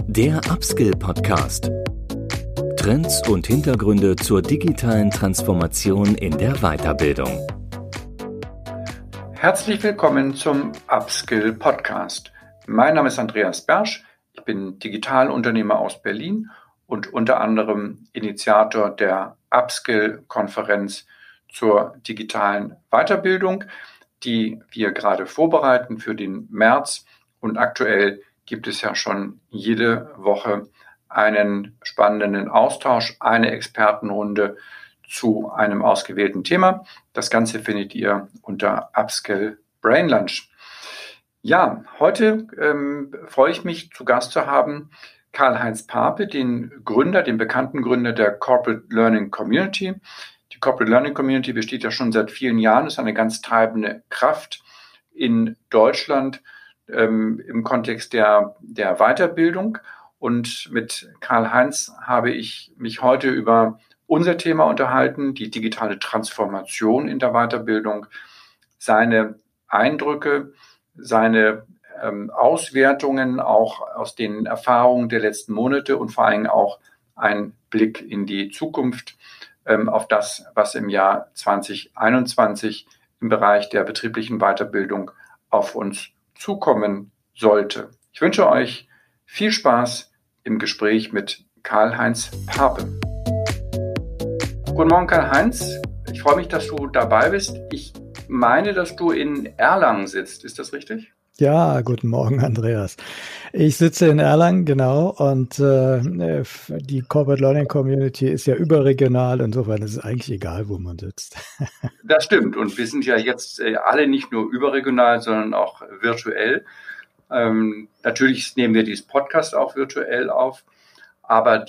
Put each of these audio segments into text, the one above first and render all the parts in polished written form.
Der Upskill-Podcast. Trends und Hintergründe zur digitalen Transformation in der Weiterbildung. Herzlich willkommen zum Upskill-Podcast. Mein Name ist Andreas Bersch, ich bin Digitalunternehmer aus Berlin und unter anderem Initiator der Upskill-Konferenz zur digitalen Weiterbildung, die wir gerade vorbereiten für den März. Und aktuell gibt es ja schon jede Woche einen spannenden Austausch, eine Expertenrunde zu einem ausgewählten Thema. Das Ganze findet ihr unter Upskill Brain Lunch. Ja, heute freue ich mich, zu Gast zu haben Karl-Heinz Pape, den bekannten Gründer der Corporate Learning Community. Die Corporate Learning Community besteht ja schon seit vielen Jahren, ist eine ganz treibende Kraft in Deutschland im Kontext der Weiterbildung. Und mit Karl-Heinz habe ich mich heute über unser Thema unterhalten, die digitale Transformation in der Weiterbildung, seine Eindrücke, seine Auswertungen auch aus den Erfahrungen der letzten Monate und vor allem auch ein Blick in die Zukunft auf das, was im Jahr 2021 im Bereich der betrieblichen Weiterbildung auf uns zukommen sollte. Ich wünsche euch viel Spaß im Gespräch mit Karl-Heinz Pape. Guten Morgen, Karl-Heinz. Ich freue mich, dass du dabei bist. Ich meine, dass du in Erlangen sitzt. Ist das richtig? Ja, guten Morgen, Andreas. Ich sitze in Erlangen, genau, und die Corporate Learning Community ist ja überregional, insofern ist es eigentlich egal, wo man sitzt. Das stimmt, und wir sind ja jetzt alle nicht nur überregional, sondern auch virtuell. Natürlich nehmen wir dieses Podcast auch virtuell auf, aber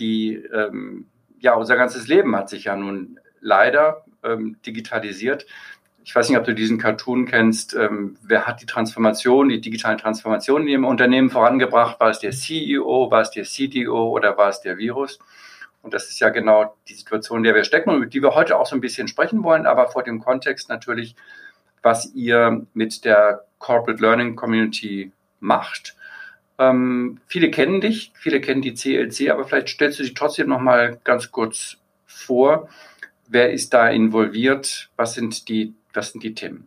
unser ganzes Leben hat sich ja nun leider digitalisiert. Ich weiß nicht, ob du diesen Cartoon kennst. Wer hat die digitale Transformation in ihrem Unternehmen vorangebracht? War es der CEO, war es der CTO oder war es der Virus? Und das ist ja genau die Situation, in der wir stecken und über die wir heute auch so ein bisschen sprechen wollen, aber vor dem Kontext natürlich, was ihr mit der Corporate Learning Community macht. Viele kennen dich, viele kennen die CLC, aber vielleicht stellst du dich trotzdem noch mal ganz kurz vor. Wer ist da involviert? Was sind die Themen?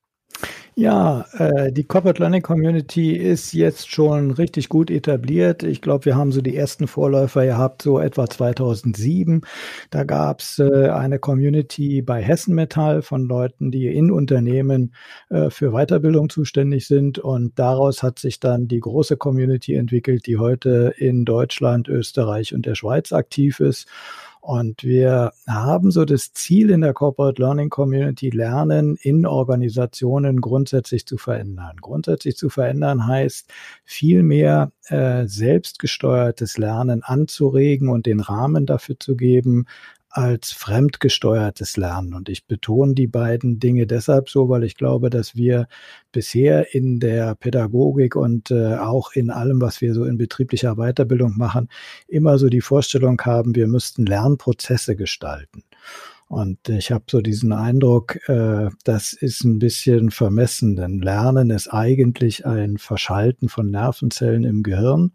Ja, die Corporate Learning Community ist jetzt schon richtig gut etabliert. Ich glaube, wir haben so die ersten Vorläufer gehabt, so etwa 2007. Da gab es eine Community bei Hessen Metall von Leuten, die in Unternehmen für Weiterbildung zuständig sind. Und daraus hat sich dann die große Community entwickelt, die heute in Deutschland, Österreich und der Schweiz aktiv ist. Und wir haben so das Ziel in der Corporate Learning Community, Lernen in Organisationen grundsätzlich zu verändern. Grundsätzlich zu verändern heißt, viel mehr selbstgesteuertes Lernen anzuregen und den Rahmen dafür zu geben, als fremdgesteuertes Lernen. Und ich betone die beiden Dinge deshalb so, weil ich glaube, dass wir bisher in der Pädagogik und auch in allem, was wir so in betrieblicher Weiterbildung machen, immer so die Vorstellung haben, wir müssten Lernprozesse gestalten. Und ich habe so diesen Eindruck, das ist ein bisschen vermessen, denn Lernen ist eigentlich ein Verschalten von Nervenzellen im Gehirn.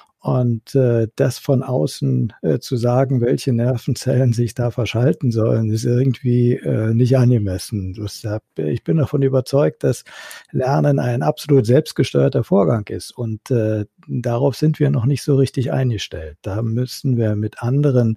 Und das von außen zu sagen, welche Nervenzellen sich da verschalten sollen, ist irgendwie nicht angemessen. Ich bin davon überzeugt, dass Lernen ein absolut selbstgesteuerter Vorgang ist. Und darauf sind wir noch nicht so richtig eingestellt. Da müssen wir mit anderen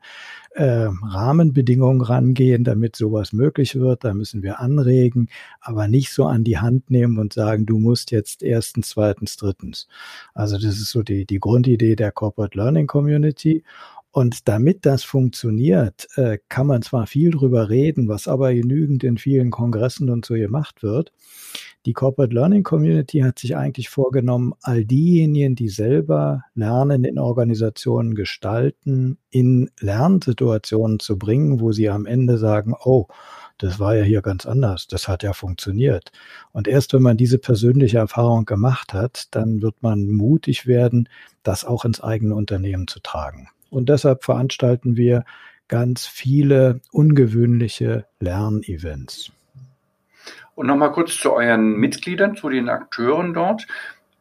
Rahmenbedingungen rangehen, damit sowas möglich wird. Da müssen wir anregen, aber nicht so an die Hand nehmen und sagen, du musst jetzt erstens, zweitens, drittens. Also das ist so die Grundidee der Corporate Learning Community. Und damit das funktioniert, kann man zwar viel drüber reden, was aber genügend in vielen Kongressen und so gemacht wird. Die Corporate Learning Community hat sich eigentlich vorgenommen, all diejenigen, die selber Lernen in Organisationen gestalten, in Lernsituationen zu bringen, wo sie am Ende sagen, oh, das war ja hier ganz anders, das hat ja funktioniert. Und erst wenn man diese persönliche Erfahrung gemacht hat, dann wird man mutig werden, das auch ins eigene Unternehmen zu tragen. Und deshalb veranstalten wir ganz viele ungewöhnliche Lernevents. Und nochmal kurz zu euren Mitgliedern, zu den Akteuren dort.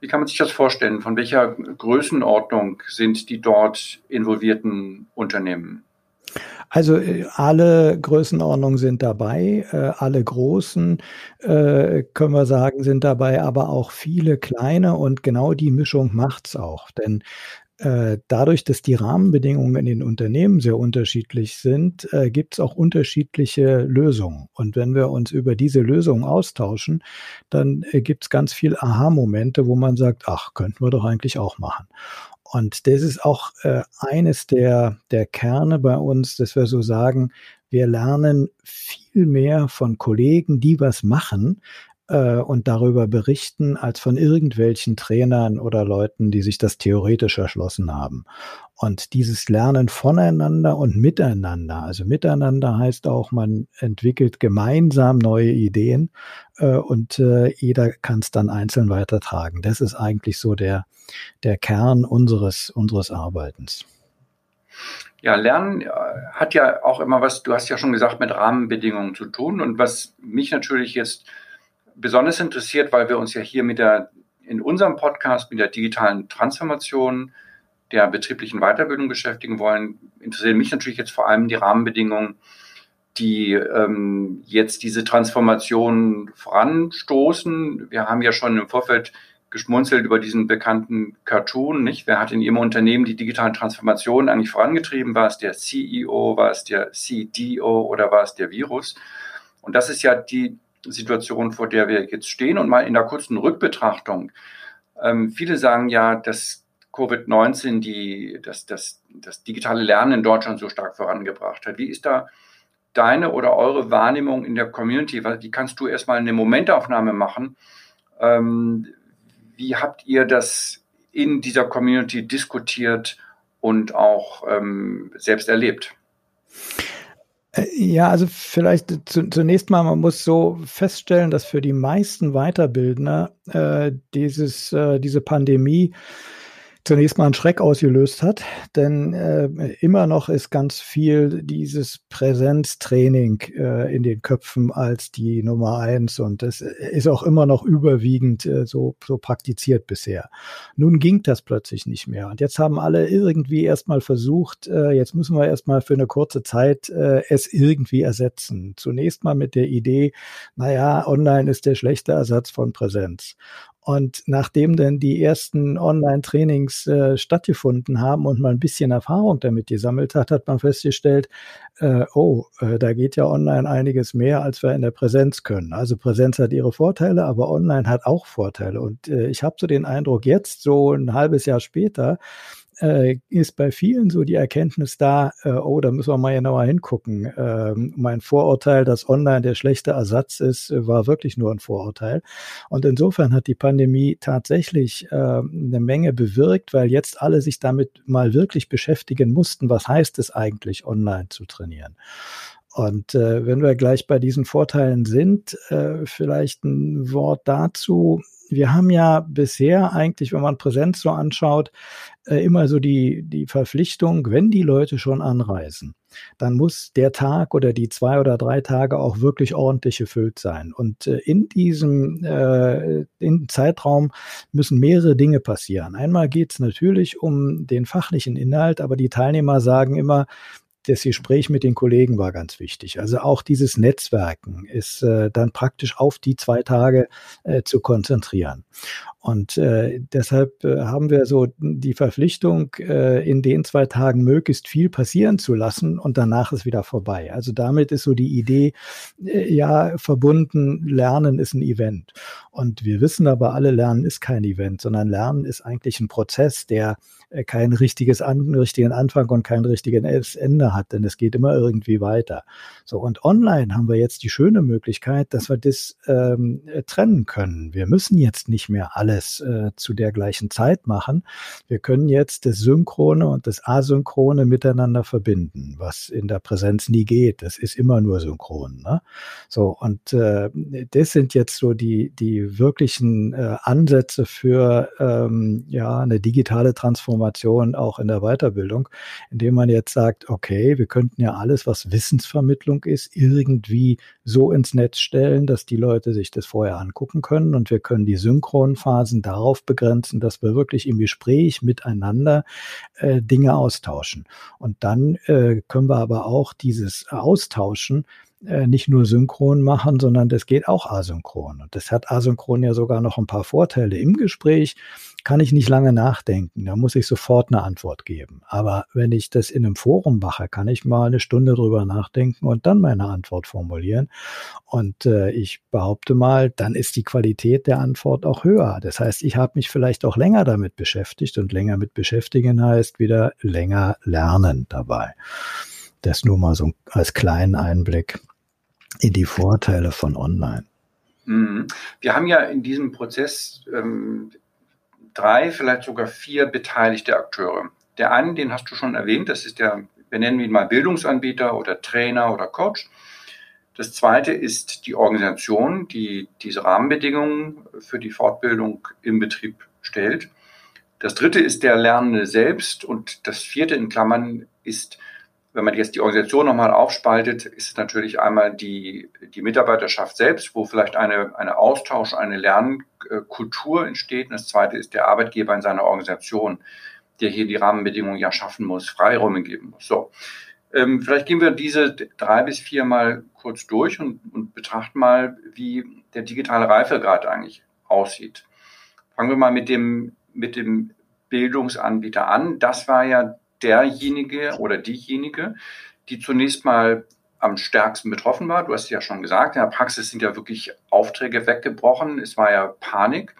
Wie kann man sich das vorstellen? Von welcher Größenordnung sind die dort involvierten Unternehmen? Also alle Größenordnungen sind dabei, alle großen, können wir sagen, sind dabei, aber auch viele kleine und genau die Mischung macht's auch. Denn dadurch, dass die Rahmenbedingungen in den Unternehmen sehr unterschiedlich sind, gibt es auch unterschiedliche Lösungen. Und wenn wir uns über diese Lösungen austauschen, dann gibt es ganz viel Aha-Momente, wo man sagt, ach, könnten wir doch eigentlich auch machen. Und das ist auch eines der Kerne bei uns, dass wir so sagen, wir lernen viel mehr von Kollegen, die was machen, und darüber berichten, als von irgendwelchen Trainern oder Leuten, die sich das theoretisch erschlossen haben. Und dieses Lernen voneinander und miteinander, also miteinander heißt auch, man entwickelt gemeinsam neue Ideen und jeder kann es dann einzeln weitertragen. Das ist eigentlich so der Kern unseres Arbeitens. Ja, Lernen hat ja auch immer was, du hast ja schon gesagt, mit Rahmenbedingungen zu tun. Und was mich natürlich jetzt besonders interessiert, weil wir uns ja hier in unserem Podcast mit der digitalen Transformation der betrieblichen Weiterbildung beschäftigen wollen, interessieren mich natürlich jetzt vor allem die Rahmenbedingungen, die jetzt diese Transformation voranstoßen. Wir haben ja schon im Vorfeld geschmunzelt über diesen bekannten Cartoon, nicht? Wer hat in Ihrem Unternehmen die digitalen Transformationen eigentlich vorangetrieben? War es der CEO, war es der CDO oder war es der Virus? Und das ist ja die Situation, vor der wir jetzt stehen. Und mal in der kurzen Rückbetrachtung. Viele sagen ja, dass Covid-19 das digitale Lernen in Deutschland so stark vorangebracht hat. Wie ist da deine oder eure Wahrnehmung in der Community? Wie kannst du erstmal eine Momentaufnahme machen? Wie habt ihr das in dieser Community diskutiert und auch selbst erlebt? Ja, also vielleicht zunächst mal, man muss so feststellen, dass für die meisten Weiterbildner diese Pandemie zunächst mal einen Schreck ausgelöst hat, denn immer noch ist ganz viel dieses Präsenztraining in den Köpfen als die Nummer 1 und das ist auch immer noch überwiegend so praktiziert bisher. Nun ging das plötzlich nicht mehr und jetzt haben alle irgendwie erstmal versucht, jetzt müssen wir erstmal für eine kurze Zeit es irgendwie ersetzen. Zunächst mal mit der Idee, naja, online ist der schlechte Ersatz von Präsenz. Und nachdem dann die ersten Online-Trainings stattgefunden haben und man ein bisschen Erfahrung damit gesammelt hat, hat man festgestellt, da geht ja online einiges mehr, als wir in der Präsenz können. Also Präsenz hat ihre Vorteile, aber online hat auch Vorteile. Und ich habe so den Eindruck, jetzt so ein halbes Jahr später, ist bei vielen so die Erkenntnis da, da müssen wir mal genauer hingucken. Mein Vorurteil, dass online der schlechte Ersatz ist, war wirklich nur ein Vorurteil. Und insofern hat die Pandemie tatsächlich eine Menge bewirkt, weil jetzt alle sich damit mal wirklich beschäftigen mussten, was heißt es eigentlich, online zu trainieren. Und wenn wir gleich bei diesen Vorteilen sind, vielleicht ein Wort dazu. Wir haben ja bisher eigentlich, wenn man Präsenz so anschaut, immer so die Verpflichtung, wenn die Leute schon anreisen, dann muss der Tag oder die 2 oder 3 Tage auch wirklich ordentlich gefüllt sein. Und in diesem Zeitraum müssen mehrere Dinge passieren. Einmal geht es natürlich um den fachlichen Inhalt, aber die Teilnehmer sagen immer, das Gespräch mit den Kollegen war ganz wichtig. Also auch dieses Netzwerken ist dann praktisch auf die 2 Tage zu konzentrieren. Und deshalb haben wir so die Verpflichtung, in den 2 Tagen möglichst viel passieren zu lassen und danach ist wieder vorbei. Also damit ist so die Idee, verbunden, Lernen ist ein Event. Und wir wissen aber alle, Lernen ist kein Event, sondern Lernen ist eigentlich ein Prozess, der keinen richtigen Anfang und kein richtiges Ende hat, denn es geht immer irgendwie weiter. So, und online haben wir jetzt die schöne Möglichkeit, dass wir das trennen können. Wir müssen jetzt nicht mehr alles zu der gleichen Zeit machen. Wir können jetzt das Synchrone und das Asynchrone miteinander verbinden, was in der Präsenz nie geht. Das ist immer nur synchron. Ne? So, und das sind jetzt so die wirklichen Ansätze für eine digitale Transformation auch in der Weiterbildung, indem man jetzt sagt, okay, wir könnten ja alles, was Wissensvermittlung ist, irgendwie so ins Netz stellen, dass die Leute sich das vorher angucken können und wir können die synchronen Phasen Phasen darauf begrenzen, dass wir wirklich im Gespräch miteinander Dinge austauschen. Und dann können wir aber auch dieses Austauschen nicht nur synchron machen, sondern das geht auch asynchron. Und das hat asynchron ja sogar noch ein paar Vorteile. Im Gespräch kann ich nicht lange nachdenken, da muss ich sofort eine Antwort geben. Aber wenn ich das in einem Forum mache, kann ich mal eine Stunde drüber nachdenken und dann meine Antwort formulieren. Und ich behaupte mal, dann ist die Qualität der Antwort auch höher. Das heißt, ich habe mich vielleicht auch länger damit beschäftigt, und länger mit beschäftigen heißt wieder länger lernen dabei. Das nur mal so als kleinen Einblick in die Vorteile von Online. Wir haben ja in diesem Prozess 3, vielleicht sogar 4 beteiligte Akteure. Der eine, den hast du schon erwähnt, das ist wir nennen ihn mal Bildungsanbieter oder Trainer oder Coach. Das zweite ist die Organisation, die diese Rahmenbedingungen für die Fortbildung im Betrieb stellt. Das dritte ist der Lernende selbst, und das vierte in Klammern ist, wenn man jetzt die Organisation nochmal aufspaltet, ist es natürlich einmal die Mitarbeiterschaft selbst, wo vielleicht eine Austausch, eine Lernkultur entsteht. Und das zweite ist der Arbeitgeber in seiner Organisation, der hier die Rahmenbedingungen ja schaffen muss, Freiräume geben muss. So, vielleicht gehen wir diese 3 bis 4 mal kurz durch und betrachten mal, wie der digitale Reifegrad eigentlich aussieht. Fangen wir mal mit dem Bildungsanbieter an. Das war ja derjenige oder diejenige, die zunächst mal am stärksten betroffen war. Du hast es ja schon gesagt, in der Praxis sind ja wirklich Aufträge weggebrochen. Es war ja Panik.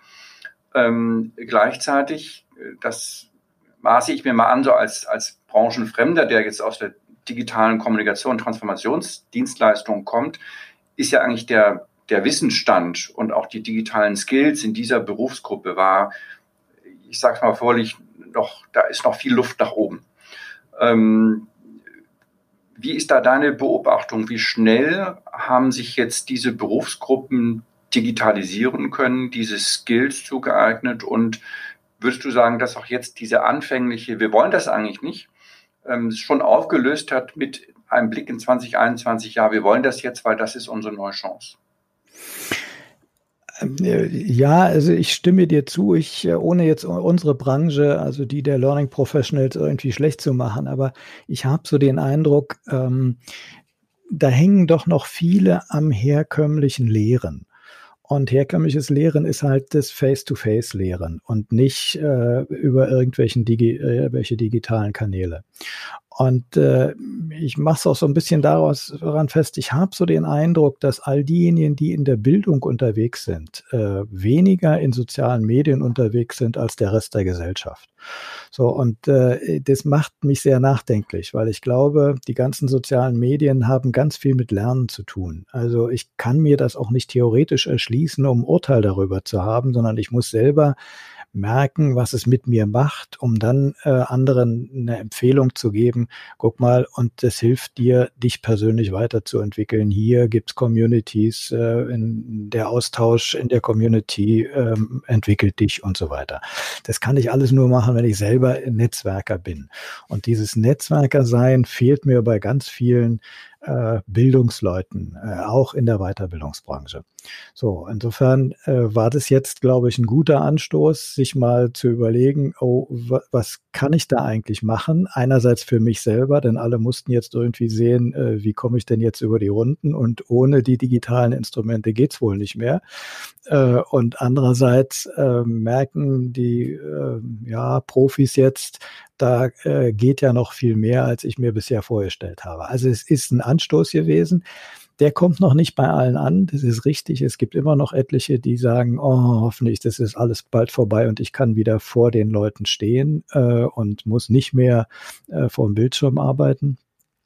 Gleichzeitig, das maße ich mir mal an, so als Branchenfremder, der jetzt aus der digitalen Kommunikation, Transformationsdienstleistung kommt, ist ja eigentlich der Wissensstand und auch die digitalen Skills in dieser Berufsgruppe war, ich sage es mal vorlich, da ist noch viel Luft nach oben. Wie ist da deine Beobachtung? Wie schnell haben sich jetzt diese Berufsgruppen digitalisieren können, diese Skills zugeeignet? Und würdest du sagen, dass auch jetzt diese anfängliche, wir wollen das eigentlich nicht, schon aufgelöst hat mit einem Blick in 2021, ja, wir wollen das jetzt, weil das ist unsere neue Chance? Ja, also ich stimme dir zu, ohne jetzt unsere Branche, also die der Learning Professionals, irgendwie schlecht zu machen, aber ich habe so den Eindruck, da hängen doch noch viele am herkömmlichen Lehren. Und herkömmliches Lehren ist halt das Face-to-Face-Lehren und nicht über irgendwelche digitalen Kanäle. Und ich mache es auch so ein bisschen daran fest, ich habe so den Eindruck, dass all diejenigen, die in der Bildung unterwegs sind, weniger in sozialen Medien unterwegs sind als der Rest der Gesellschaft. So, und das macht mich sehr nachdenklich, weil ich glaube, die ganzen sozialen Medien haben ganz viel mit Lernen zu tun. Also ich kann mir das auch nicht theoretisch erschließen, um ein Urteil darüber zu haben, sondern ich muss selber merken, was es mit mir macht, um dann anderen eine Empfehlung zu geben. Guck mal, und das hilft dir, dich persönlich weiterzuentwickeln. Hier gibt's Communities, der Austausch in der Community entwickelt dich und so weiter. Das kann ich alles nur machen, wenn ich selber Netzwerker bin. Und dieses Netzwerker-Sein fehlt mir bei ganz vielen Bildungsleuten, auch in der Weiterbildungsbranche. So, insofern war das jetzt, glaube ich, ein guter Anstoß, sich mal zu überlegen, was kann ich da eigentlich machen? Einerseits für mich selber, denn alle mussten jetzt irgendwie sehen, wie komme ich denn jetzt über die Runden, und ohne die digitalen Instrumente geht's wohl nicht mehr. Und andererseits merken die Profis jetzt, da geht ja noch viel mehr, als ich mir bisher vorgestellt habe. Also es ist ein Anstoß gewesen. Der kommt noch nicht bei allen an, das ist richtig. Es gibt immer noch etliche, die sagen, oh, hoffentlich, das ist alles bald vorbei und ich kann wieder vor den Leuten stehen und muss nicht mehr vor dem Bildschirm arbeiten.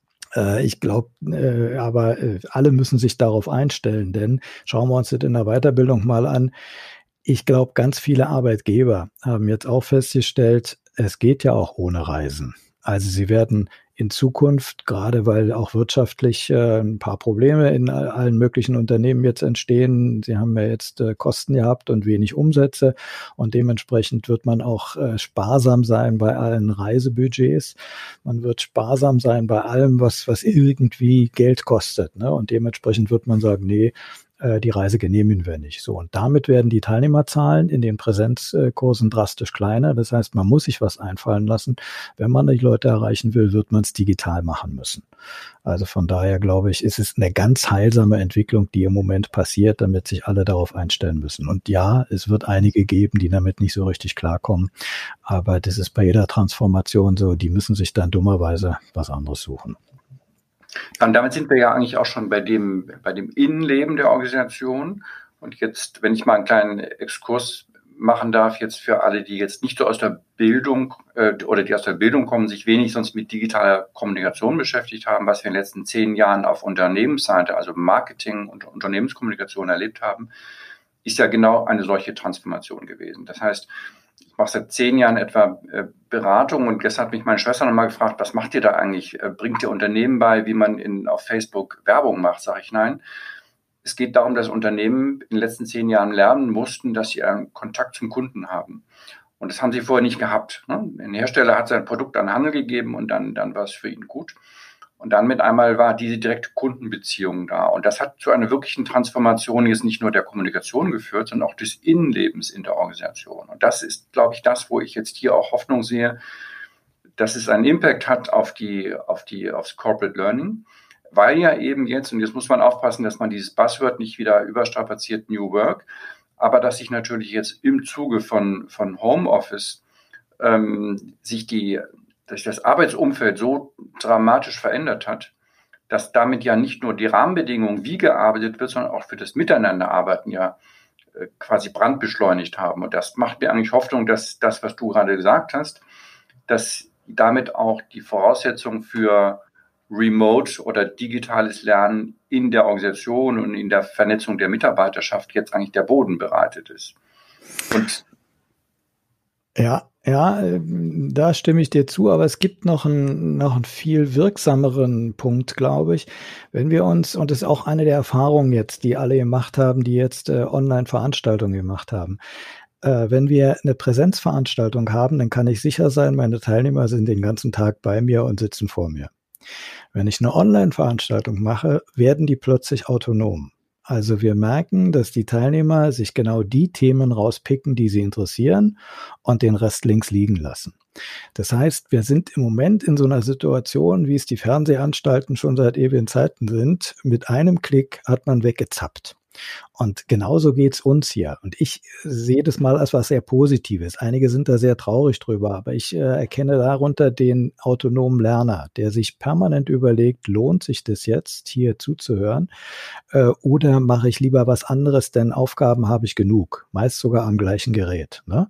Ich glaube, aber alle müssen sich darauf einstellen, denn schauen wir uns das in der Weiterbildung mal an. Ich glaube, ganz viele Arbeitgeber haben jetzt auch festgestellt, es geht ja auch ohne Reisen. Also sie werden in Zukunft, gerade weil auch wirtschaftlich ein paar Probleme in allen möglichen Unternehmen jetzt entstehen. Sie haben ja jetzt Kosten gehabt und wenig Umsätze, und dementsprechend wird man auch sparsam sein bei allen Reisebudgets. Man wird sparsam sein bei allem, was irgendwie Geld kostet, ne? Und dementsprechend wird man sagen, nee, die Reise genehmigen wir nicht. So, und damit werden die Teilnehmerzahlen in den Präsenzkursen drastisch kleiner. Das heißt, man muss sich was einfallen lassen. Wenn man die Leute erreichen will, wird man es digital machen müssen. Also von daher glaube ich, ist es eine ganz heilsame Entwicklung, die im Moment passiert, damit sich alle darauf einstellen müssen. Und ja, es wird einige geben, die damit nicht so richtig klarkommen. Aber das ist bei jeder Transformation so, die müssen sich dann dummerweise was anderes suchen. Und damit sind wir ja eigentlich auch schon bei dem Innenleben der Organisation. Und jetzt, wenn ich mal einen kleinen Exkurs machen darf, jetzt für alle, die jetzt nicht so aus der Bildung oder die aus der Bildung kommen, sich wenig sonst mit digitaler Kommunikation beschäftigt haben, was wir in den letzten 10 Jahren auf Unternehmensseite, also Marketing und Unternehmenskommunikation erlebt haben, ist ja genau eine solche Transformation gewesen. Das heißt, ich mache seit 10 Jahren etwa Beratung und gestern hat mich meine Schwester nochmal gefragt, was macht ihr da eigentlich? Bringt ihr Unternehmen bei, wie man auf Facebook Werbung macht? Sage ich nein. Es geht darum, dass Unternehmen in den letzten 10 Jahren lernen mussten, dass sie einen Kontakt zum Kunden haben. Und das haben sie vorher nicht gehabt. Ein Hersteller hat sein Produkt an den Handel gegeben und dann war es für ihn gut. Und dann mit einmal war diese direkte Kundenbeziehung da. Und das hat zu einer wirklichen Transformation jetzt nicht nur der Kommunikation geführt, sondern auch des Innenlebens in der Organisation. Und das ist, glaube ich, das, wo ich jetzt hier auch Hoffnung sehe, dass es einen Impact hat aufs Corporate Learning. Weil ja eben jetzt, und jetzt muss man aufpassen, dass man dieses Buzzword nicht wieder überstrapaziert, New Work, aber dass sich natürlich jetzt im Zuge von Homeoffice sich das Arbeitsumfeld so dramatisch verändert hat, dass damit ja nicht nur die Rahmenbedingungen, wie gearbeitet wird, sondern auch für das Miteinanderarbeiten ja quasi brandbeschleunigt haben. Und das macht mir eigentlich Hoffnung, dass das, was du gerade gesagt hast, dass damit auch die Voraussetzungen für Remote oder digitales Lernen in der Organisation und in der Vernetzung der Mitarbeiterschaft jetzt eigentlich der Boden bereitet ist. Und ja, da stimme ich dir zu, aber es gibt noch einen viel wirksameren Punkt, glaube ich, wenn wir uns, und das ist auch eine der Erfahrungen jetzt, die alle gemacht haben, die jetzt Online-Veranstaltungen gemacht haben. Wenn wir eine Präsenzveranstaltung haben, dann kann ich sicher sein, meine Teilnehmer sind den ganzen Tag bei mir und sitzen vor mir. Wenn ich eine Online-Veranstaltung mache, werden die plötzlich autonom. Also wir merken, dass die Teilnehmer sich genau die Themen rauspicken, die sie interessieren und den Rest links liegen lassen. Das heißt, wir sind im Moment in so einer Situation, wie es die Fernsehanstalten schon seit ewigen Zeiten sind. Mit einem Klick hat man weggezappt. Und genauso geht's uns hier. Und ich sehe das mal als was sehr Positives. Einige sind da sehr traurig drüber, aber ich erkenne darunter den autonomen Lerner, der sich permanent überlegt, lohnt sich das jetzt, hier zuzuhören, oder mache ich lieber was anderes, denn Aufgaben habe ich genug, meist sogar am gleichen Gerät, ne?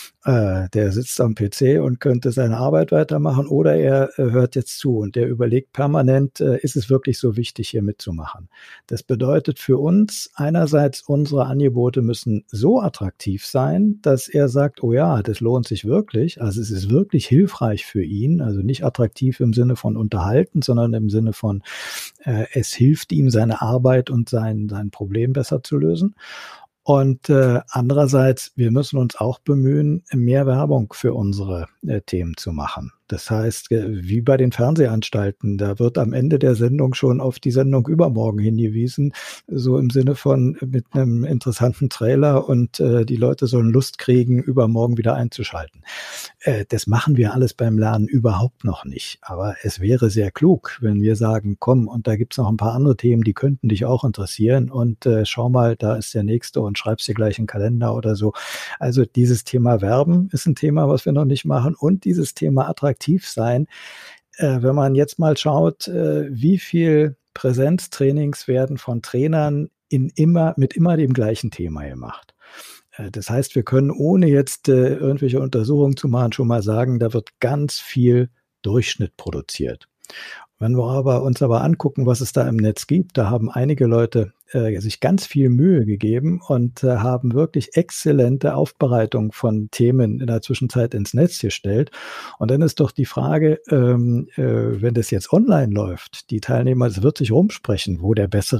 Der sitzt am PC und könnte seine Arbeit weitermachen, oder er hört jetzt zu und der überlegt permanent, ist es wirklich so wichtig, hier mitzumachen? Das bedeutet für uns einerseits, unsere Angebote müssen so attraktiv sein, dass er sagt, oh ja, das lohnt sich wirklich. Also es ist wirklich hilfreich für ihn, also nicht attraktiv im Sinne von unterhalten, sondern im Sinne von, es hilft ihm, seine Arbeit und sein Problem besser zu lösen. Und andererseits, wir müssen uns auch bemühen, mehr Werbung für unsere Themen zu machen. Das heißt, wie bei den Fernsehanstalten, da wird am Ende der Sendung schon auf die Sendung übermorgen hingewiesen, so im Sinne von mit einem interessanten Trailer, und die Leute sollen Lust kriegen, übermorgen wieder einzuschalten. Das machen wir alles beim Lernen überhaupt noch nicht. Aber es wäre sehr klug, wenn wir sagen, komm, und da gibt's noch ein paar andere Themen, die könnten dich auch interessieren, und schau mal, da ist der nächste und schreib's dir gleich in den Kalender oder so. Also dieses Thema Werben ist ein Thema, was wir noch nicht machen, und dieses Thema attraktiv sein. Wenn man jetzt mal schaut, wie viel Präsenztrainings werden von Trainern mit immer dem gleichen Thema gemacht. Das heißt, wir können, ohne jetzt irgendwelche Untersuchungen zu machen, schon mal sagen, da wird ganz viel Durchschnitt produziert. Wenn wir uns aber angucken, was es da im Netz gibt, da haben einige Leute sich ganz viel Mühe gegeben und haben wirklich exzellente Aufbereitung von Themen in der Zwischenzeit ins Netz gestellt. Und dann ist doch die Frage, wenn das jetzt online läuft, die Teilnehmer, es wird sich rumsprechen, wo der bessere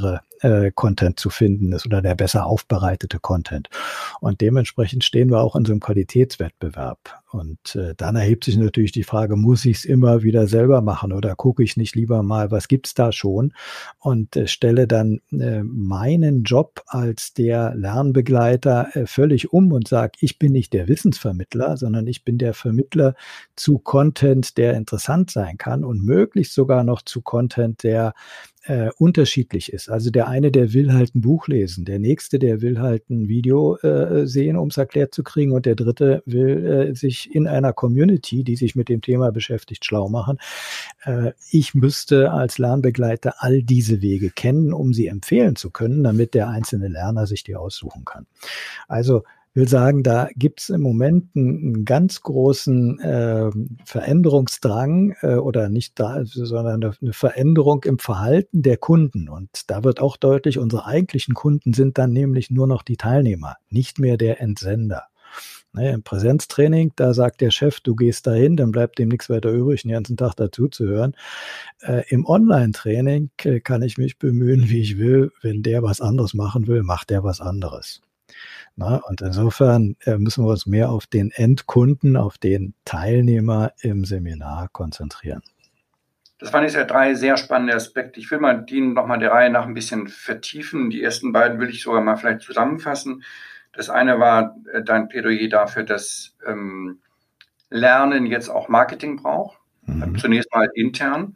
Content zu finden ist oder der besser aufbereitete Content. Und dementsprechend stehen wir auch in so einem Qualitätswettbewerb. Und dann erhebt sich natürlich die Frage, muss ich es immer wieder selber machen oder gucke ich nicht lieber mal, was gibt's da schon? Und stelle dann meinen Job als der Lernbegleiter völlig um und sage, ich bin nicht der Wissensvermittler, sondern ich bin der Vermittler zu Content, der interessant sein kann und möglichst sogar noch zu Content, der unterschiedlich ist. Also der eine, der will halt ein Buch lesen, der nächste, der will halt ein Video sehen, um es erklärt zu kriegen, und der dritte will sich in einer Community, die sich mit dem Thema beschäftigt, schlau machen. Ich müsste als Lernbegleiter all diese Wege kennen, um sie empfehlen zu können, damit der einzelne Lerner sich die aussuchen kann. Also will sagen, da gibt es im Moment einen ganz großen Veränderungsdrang oder nicht da, sondern eine Veränderung im Verhalten der Kunden. Und da wird auch deutlich, unsere eigentlichen Kunden sind dann nämlich nur noch die Teilnehmer, nicht mehr der Entsender. Im Präsenztraining, da sagt der Chef, du gehst dahin, dann bleibt dem nichts weiter übrig, den ganzen Tag dazu zu hören. Im Online-Training kann ich mich bemühen, wie ich will. Wenn der was anderes machen will, macht der was anderes. Na, und insofern müssen wir uns mehr auf den Endkunden, auf den Teilnehmer im Seminar konzentrieren. Das waren jetzt ja 3 sehr spannende Aspekte. Ich will mal die nochmal der Reihe nach ein bisschen vertiefen. Die ersten beiden will ich sogar mal vielleicht zusammenfassen. Das eine war dein Plädoyer dafür, dass Lernen jetzt auch Marketing braucht. Zunächst mal intern.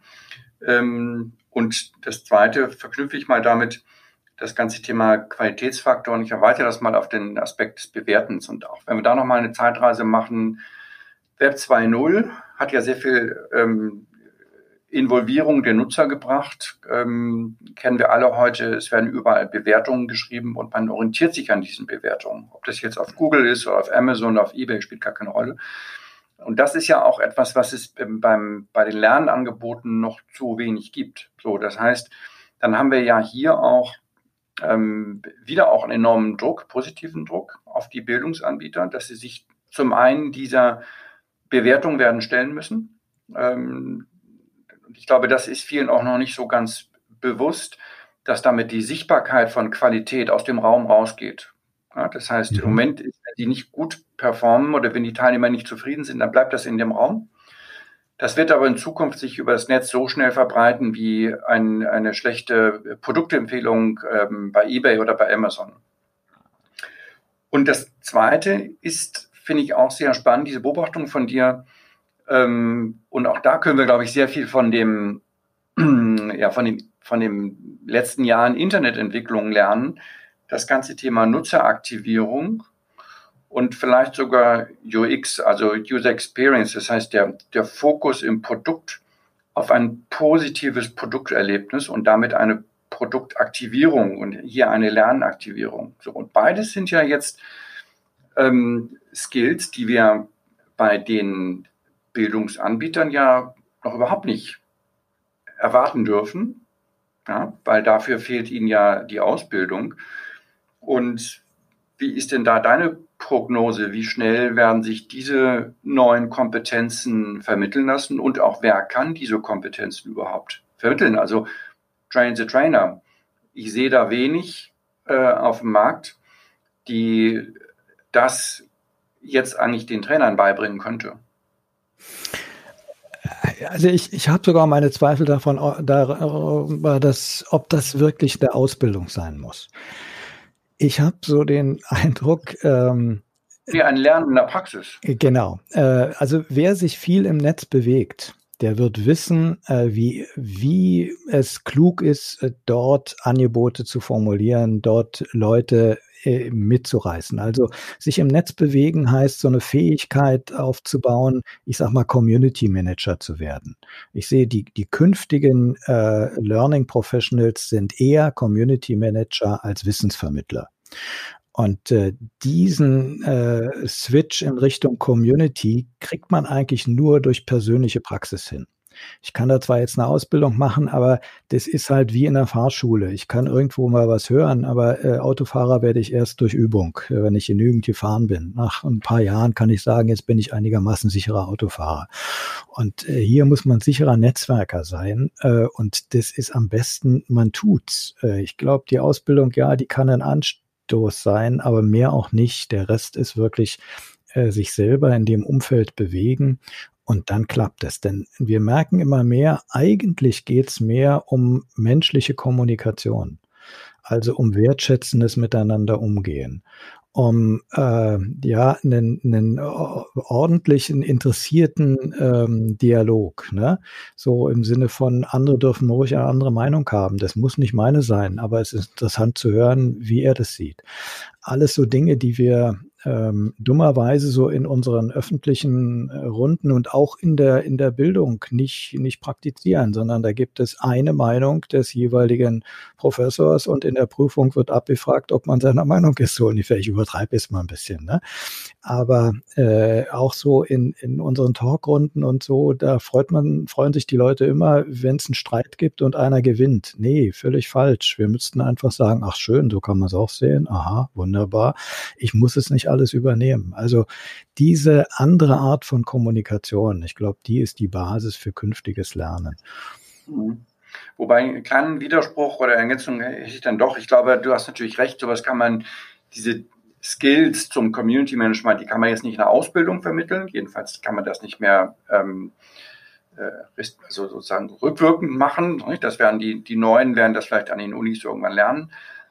Und das zweite verknüpfe ich mal damit, das ganze Thema Qualitätsfaktor, und ich erweitere das mal auf den Aspekt des Bewertens. Und auch wenn wir da nochmal eine Zeitreise machen, Web 2.0 hat ja sehr viel Involvierung der Nutzer gebracht. Kennen wir alle heute, es werden überall Bewertungen geschrieben und man orientiert sich an diesen Bewertungen. Ob das jetzt auf Google ist oder auf Amazon oder auf eBay, spielt gar keine Rolle. Und das ist ja auch etwas, was es bei den Lernangeboten noch zu wenig gibt. So, das heißt, dann haben wir ja hier auch wieder auch einen enormen Druck, positiven Druck auf die Bildungsanbieter, dass sie sich zum einen dieser Bewertung werden stellen müssen. Ich glaube, das ist vielen auch noch nicht so ganz bewusst, dass damit die Sichtbarkeit von Qualität aus dem Raum rausgeht. Ja, das heißt, im Moment, wenn die nicht gut performen oder wenn die Teilnehmer nicht zufrieden sind, dann bleibt das in dem Raum. Das wird aber in Zukunft sich über das Netz so schnell verbreiten wie eine schlechte Produktempfehlung bei eBay oder bei Amazon. Und das Zweite ist, finde ich auch sehr spannend, diese Beobachtung von dir. Und auch da können wir, glaube ich, sehr viel von den letzten Jahren Internetentwicklung lernen. Das ganze Thema Nutzeraktivierung und vielleicht sogar UX, also User Experience, das heißt der Fokus im Produkt auf ein positives Produkterlebnis und damit eine Produktaktivierung und hier eine Lernaktivierung. So, und beides sind ja jetzt Skills, die wir bei den Bildungsanbietern ja noch überhaupt nicht erwarten dürfen, ja, weil dafür fehlt ihnen ja die Ausbildung. Und wie ist denn da deine Prognose? Wie schnell werden sich diese neuen Kompetenzen vermitteln lassen und auch wer kann diese Kompetenzen überhaupt vermitteln? Also Train the Trainer. Ich sehe da wenig auf dem Markt, die das jetzt eigentlich den Trainern beibringen könnte. Also ich habe sogar meine Zweifel darüber, ob das wirklich eine Ausbildung sein muss. Ich habe so den Eindruck, wie ein Lernen in der Praxis. Genau. Also wer sich viel im Netz bewegt, der wird wissen, wie es klug ist, dort Angebote zu formulieren, dort Leute mitzureißen. Also sich im Netz bewegen heißt, so eine Fähigkeit aufzubauen, ich sag mal Community Manager zu werden. Ich sehe, die künftigen Learning Professionals sind eher Community Manager als Wissensvermittler. Und diesen Switch in Richtung Community kriegt man eigentlich nur durch persönliche Praxis hin. Ich kann da zwar jetzt eine Ausbildung machen, aber das ist halt wie in der Fahrschule. Ich kann irgendwo mal was hören, aber Autofahrer werde ich erst durch Übung, wenn ich genügend gefahren bin. Nach ein paar Jahren kann ich sagen, jetzt bin ich einigermaßen sicherer Autofahrer. Und hier muss man sicherer Netzwerker sein. Und das ist am besten, man tut's. Ich glaube, die Ausbildung, ja, die kann ein Anstoß sein, aber mehr auch nicht. Der Rest ist wirklich sich selber in dem Umfeld bewegen. Und dann klappt es, denn wir merken immer mehr, eigentlich geht's mehr um menschliche Kommunikation, also um wertschätzendes Miteinander umgehen, um ja einen ordentlichen, interessierten Dialog, ne? So im Sinne von, andere dürfen ruhig eine andere Meinung haben. Das muss nicht meine sein, aber es ist interessant zu hören, wie er das sieht. Alles so Dinge, die wir dummerweise so in unseren öffentlichen Runden und auch in der Bildung nicht praktizieren, sondern da gibt es eine Meinung des jeweiligen Professors und in der Prüfung wird abgefragt, ob man seiner Meinung ist. So ungefähr, ich übertreibe es mal ein bisschen, ne? Aber auch so in unseren Talkrunden und so, da freuen sich die Leute immer, wenn es einen Streit gibt und einer gewinnt. Nee, völlig falsch. Wir müssten einfach sagen, ach schön, so kann man es auch sehen. Aha, wunderbar. Ich muss es nicht alles übernehmen. Also diese andere Art von Kommunikation, ich glaube, die ist die Basis für künftiges Lernen. Wobei einen kleinen Widerspruch oder Ergänzung hätte ich dann doch. Ich glaube, du hast natürlich recht, sowas kann man, diese Skills zum Community Management, die kann man jetzt nicht in der Ausbildung vermitteln. Jedenfalls kann man das nicht mehr also sozusagen rückwirkend machen. Das werden die Neuen werden das vielleicht an den Unis irgendwann lernen.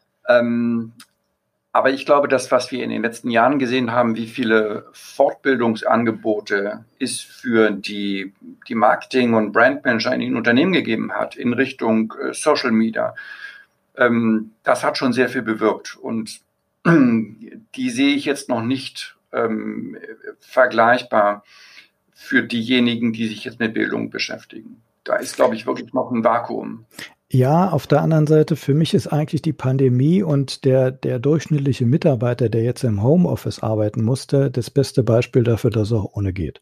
Aber ich glaube, das, was wir in den letzten Jahren gesehen haben, wie viele Fortbildungsangebote es für die Marketing- und Brandmanager in den Unternehmen gegeben hat, in Richtung Social Media, das hat schon sehr viel bewirkt. Und die sehe ich jetzt noch nicht vergleichbar für diejenigen, die sich jetzt mit Bildung beschäftigen. Da ist, glaube ich, wirklich noch ein Vakuum. Ja, auf der anderen Seite, für mich ist eigentlich die Pandemie und der durchschnittliche Mitarbeiter, der jetzt im Homeoffice arbeiten musste, das beste Beispiel dafür, dass es auch ohne geht.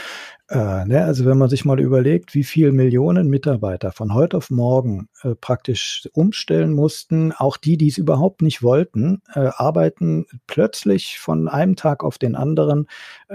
Also wenn man sich mal überlegt, wie viele Millionen Mitarbeiter von heute auf morgen praktisch umstellen mussten, auch die es überhaupt nicht wollten, arbeiten plötzlich von einem Tag auf den anderen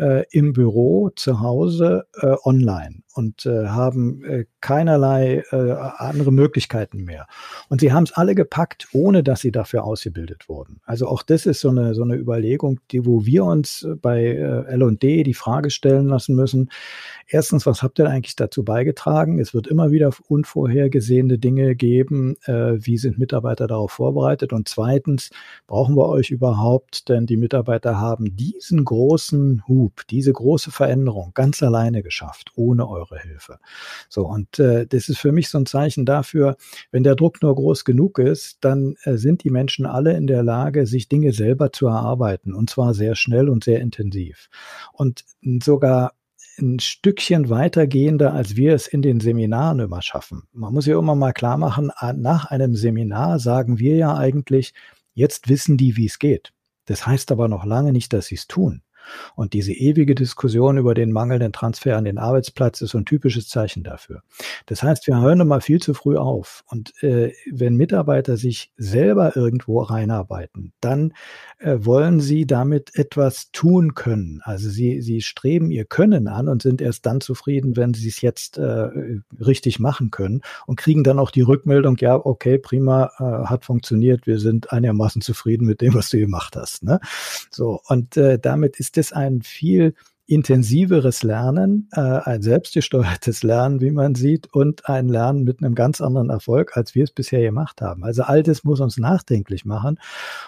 im Büro, zu Hause, online und haben keinerlei andere Möglichkeiten mehr. Und sie haben es alle gepackt, ohne dass sie dafür ausgebildet wurden. Also auch das ist so eine Überlegung, wo wir uns bei L&D die Frage stellen lassen müssen. Erstens, was habt ihr eigentlich dazu beigetragen? Es wird immer wieder unvorhergesehene Dinge geben. Wie sind Mitarbeiter darauf vorbereitet? Und zweitens, brauchen wir euch überhaupt? Denn die Mitarbeiter haben diesen großen Hub, diese große Veränderung ganz alleine geschafft, ohne eure Hilfe. So, und das ist für mich so ein Zeichen dafür, wenn der Druck nur groß genug ist, dann sind die Menschen alle in der Lage, sich Dinge selber zu erarbeiten, und zwar sehr schnell und sehr intensiv. Und sogar ein Stückchen weitergehender, als wir es in den Seminaren immer schaffen. Man muss ja immer mal klar machen, nach einem Seminar sagen wir ja eigentlich, jetzt wissen die, wie es geht. Das heißt aber noch lange nicht, dass sie es tun. Und diese ewige Diskussion über den mangelnden Transfer an den Arbeitsplatz ist so ein typisches Zeichen dafür. Das heißt, wir hören immer viel zu früh auf. Und wenn Mitarbeiter sich selber irgendwo reinarbeiten, dann wollen sie damit etwas tun können. Also sie streben ihr Können an und sind erst dann zufrieden, wenn sie es jetzt richtig machen können und kriegen dann auch die Rückmeldung, ja, okay, prima, hat funktioniert, wir sind einigermaßen zufrieden mit dem, was du gemacht hast. Ne? So, und damit ist es ein viel intensiveres Lernen, ein selbstgesteuertes Lernen, wie man sieht, und ein Lernen mit einem ganz anderen Erfolg, als wir es bisher gemacht haben. Also all das muss uns nachdenklich machen,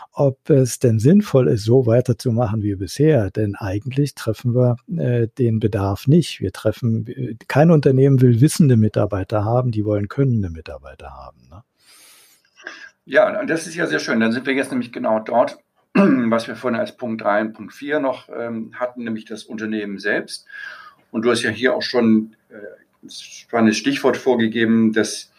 ob es denn sinnvoll ist, so weiterzumachen wie bisher. Denn eigentlich treffen wir den Bedarf nicht. Kein Unternehmen will wissende Mitarbeiter haben, die wollen könnende Mitarbeiter haben. Ne? Ja, und das ist ja sehr schön. Dann sind wir jetzt nämlich genau dort, was wir vorhin als Punkt 3 und Punkt 4 noch hatten, nämlich das Unternehmen selbst. Und du hast ja hier auch schon ein spannendes Stichwort vorgegeben, das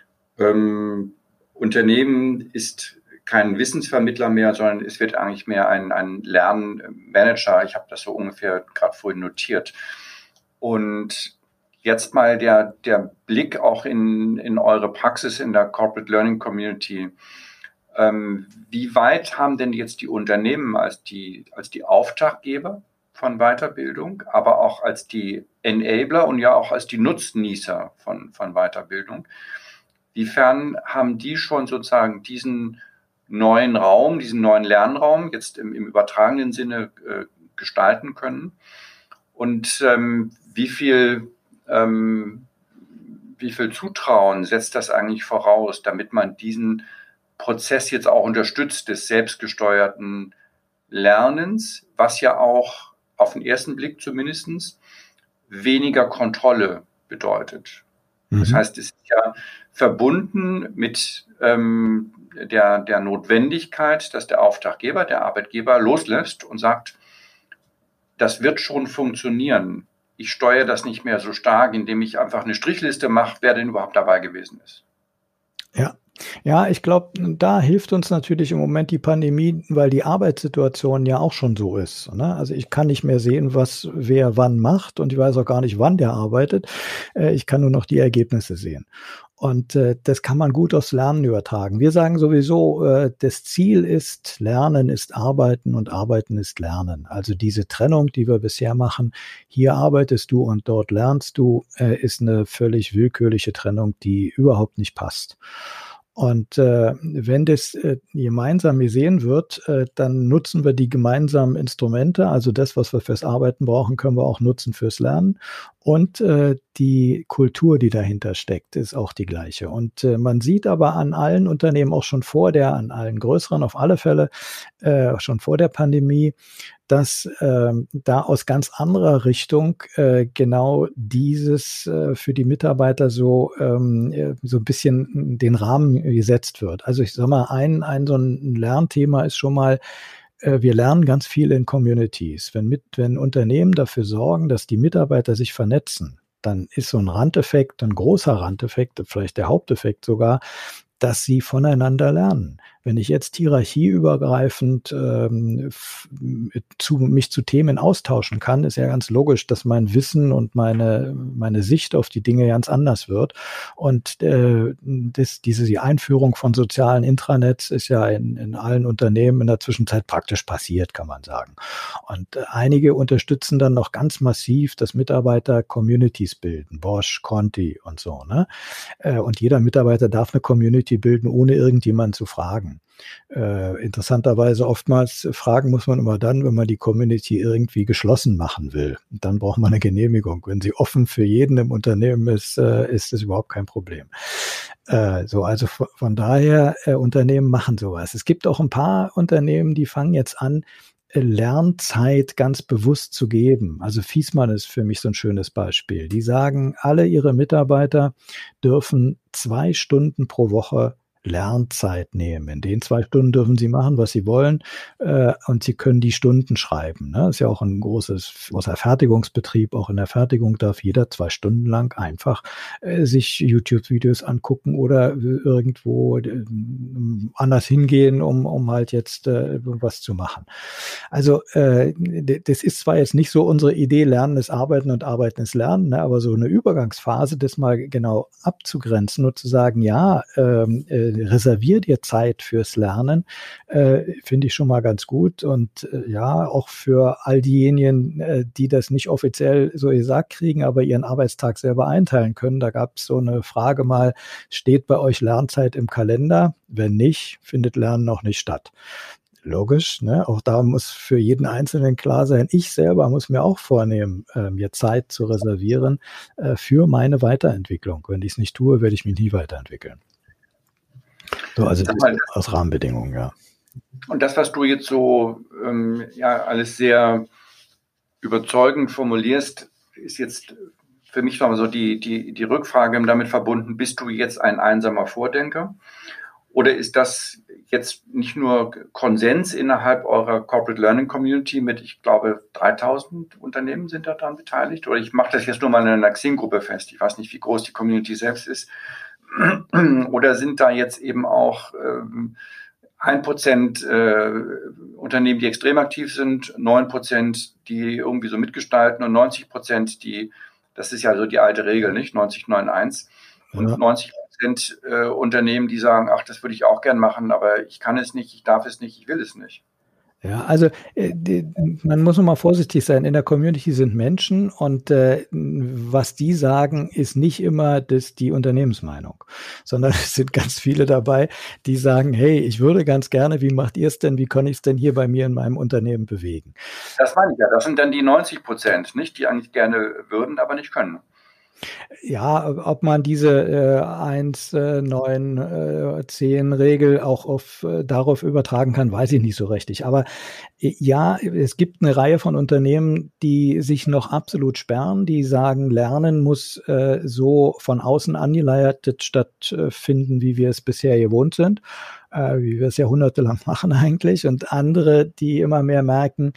Unternehmen ist kein Wissensvermittler mehr, sondern es wird eigentlich mehr ein Lernmanager. Ich habe das so ungefähr gerade vorhin notiert. Und Jetzt mal der Blick auch in eure Praxis in der Corporate Learning Community. Wie weit haben denn jetzt die Unternehmen als die Auftraggeber von Weiterbildung, aber auch als die Enabler und ja auch als die Nutznießer von Weiterbildung? Wiefern haben die schon sozusagen diesen neuen Raum, diesen neuen Lernraum jetzt im übertragenen Sinne gestalten können? Und wie viel Zutrauen setzt das eigentlich voraus, damit man diesen Prozess jetzt auch unterstützt des selbstgesteuerten Lernens, was ja auch auf den ersten Blick zumindest weniger Kontrolle bedeutet. Das heißt, es ist ja verbunden mit der Notwendigkeit, dass der Auftraggeber, der Arbeitgeber loslässt und sagt, das wird schon funktionieren. Ich steuere das nicht mehr so stark, indem ich einfach eine Strichliste mache, wer denn überhaupt dabei gewesen ist. Ja, ich glaube, da hilft uns natürlich im Moment die Pandemie, weil die Arbeitssituation ja auch schon so ist. Ne? Also ich kann nicht mehr sehen, was wer wann macht und ich weiß auch gar nicht, wann der arbeitet. Ich kann nur noch die Ergebnisse sehen. Und das kann man gut aufs Lernen übertragen. Wir sagen sowieso, das Ziel ist, Lernen ist Arbeiten und Arbeiten ist Lernen. Also diese Trennung, die wir bisher machen, hier arbeitest du und dort lernst du, ist eine völlig willkürliche Trennung, die überhaupt nicht passt. Und wenn das gemeinsam gesehen wird, dann nutzen wir die gemeinsamen Instrumente. Also das, was wir fürs Arbeiten brauchen, können wir auch nutzen fürs Lernen. Und die Kultur, die dahinter steckt, ist auch die gleiche. Und man sieht aber an allen Unternehmen auch schon an allen größeren auf alle Fälle, schon vor der Pandemie, dass da aus ganz anderer Richtung genau dieses für die Mitarbeiter so ein bisschen den Rahmen gesetzt wird. Also ich sag mal, ein so ein Lernthema ist schon mal, wir lernen ganz viel in Communities. Wenn Unternehmen dafür sorgen, dass die Mitarbeiter sich vernetzen, dann ist so ein Randeffekt, ein großer Randeffekt, vielleicht der Haupteffekt sogar, dass sie voneinander lernen. Wenn ich jetzt hierarchieübergreifend mich zu Themen austauschen kann, ist ja ganz logisch, dass mein Wissen und meine Sicht auf die Dinge ganz anders wird. Und die Einführung von sozialen Intranets ist ja in allen Unternehmen in der Zwischenzeit praktisch passiert, kann man sagen. Und einige unterstützen dann noch ganz massiv, dass Mitarbeiter Communities bilden, Bosch, Conti und so. Ne? Und jeder Mitarbeiter darf eine Community bilden, ohne irgendjemanden zu fragen. Interessanterweise oftmals fragen muss man immer dann, wenn man die Community irgendwie geschlossen machen will. Dann braucht man eine Genehmigung. Wenn sie offen für jeden im Unternehmen ist, ist das überhaupt kein Problem. Also von daher, Unternehmen machen sowas. Es gibt auch ein paar Unternehmen, die fangen jetzt an, Lernzeit ganz bewusst zu geben. Also Viessmann ist für mich so ein schönes Beispiel. Die sagen, alle ihre Mitarbeiter dürfen 2 Stunden pro Woche Lernzeit nehmen. In den 2 Stunden dürfen sie machen, was sie wollen, und sie können die Stunden schreiben. Ne? Das ist ja auch ein großer Fertigungsbetrieb. Auch in der Fertigung darf jeder 2 Stunden lang einfach sich YouTube-Videos angucken oder irgendwo anders hingehen, um halt jetzt was zu machen. Also das ist zwar jetzt nicht so unsere Idee, Lernen ist Arbeiten und Arbeiten ist Lernen, ne? Aber so eine Übergangsphase, das mal genau abzugrenzen und zu sagen, ja, reservier dir Zeit fürs Lernen, finde ich schon mal ganz gut. Und ja, auch für all diejenigen, die das nicht offiziell so gesagt kriegen, aber ihren Arbeitstag selber einteilen können. Da gab es so eine Frage mal, steht bei euch Lernzeit im Kalender? Wenn nicht, findet Lernen noch nicht statt. Logisch, ne? Auch da muss für jeden Einzelnen klar sein, ich selber muss mir auch vornehmen, mir Zeit zu reservieren für meine Weiterentwicklung. Wenn ich es nicht tue, werde ich mich nie weiterentwickeln. So, also aus Rahmenbedingungen, ja. Und das, was du jetzt so alles sehr überzeugend formulierst, ist jetzt für mich nochmal so die Rückfrage damit verbunden, bist du jetzt ein einsamer Vordenker? Oder ist das jetzt nicht nur Konsens innerhalb eurer Corporate Learning Community mit, ich glaube, 3000 Unternehmen sind daran beteiligt? Oder ich mache das jetzt nur mal in einer Xing-Gruppe fest. Ich weiß nicht, wie groß die Community selbst ist. Oder sind da jetzt eben auch 1% Unternehmen, die extrem aktiv sind, 9%, die irgendwie so mitgestalten und 90%, die Das ist ja so die alte Regel, nicht? 90-9-1. Und 90% Unternehmen, die sagen, ach, das würde ich auch gern machen, aber ich kann es nicht, ich darf es nicht, ich will es nicht. Ja, also man muss noch mal vorsichtig sein. In der Community sind Menschen und was die sagen, ist nicht immer die Unternehmensmeinung, sondern es sind ganz viele dabei, die sagen, hey, ich würde ganz gerne, wie macht ihr es denn, wie kann ich es denn hier bei mir in meinem Unternehmen bewegen? Das meine ich ja, das sind dann die 90%, nicht, die eigentlich gerne würden, aber nicht können. Ja, ob man diese 1, 9, 10 Regel auch darauf übertragen kann, weiß ich nicht so richtig. Aber ja, es gibt eine Reihe von Unternehmen, die sich noch absolut sperren, die sagen, Lernen muss so von außen angeleitet stattfinden, wie wir es bisher gewohnt sind, wie wir es jahrhundertelang machen eigentlich. Und andere, die immer mehr merken,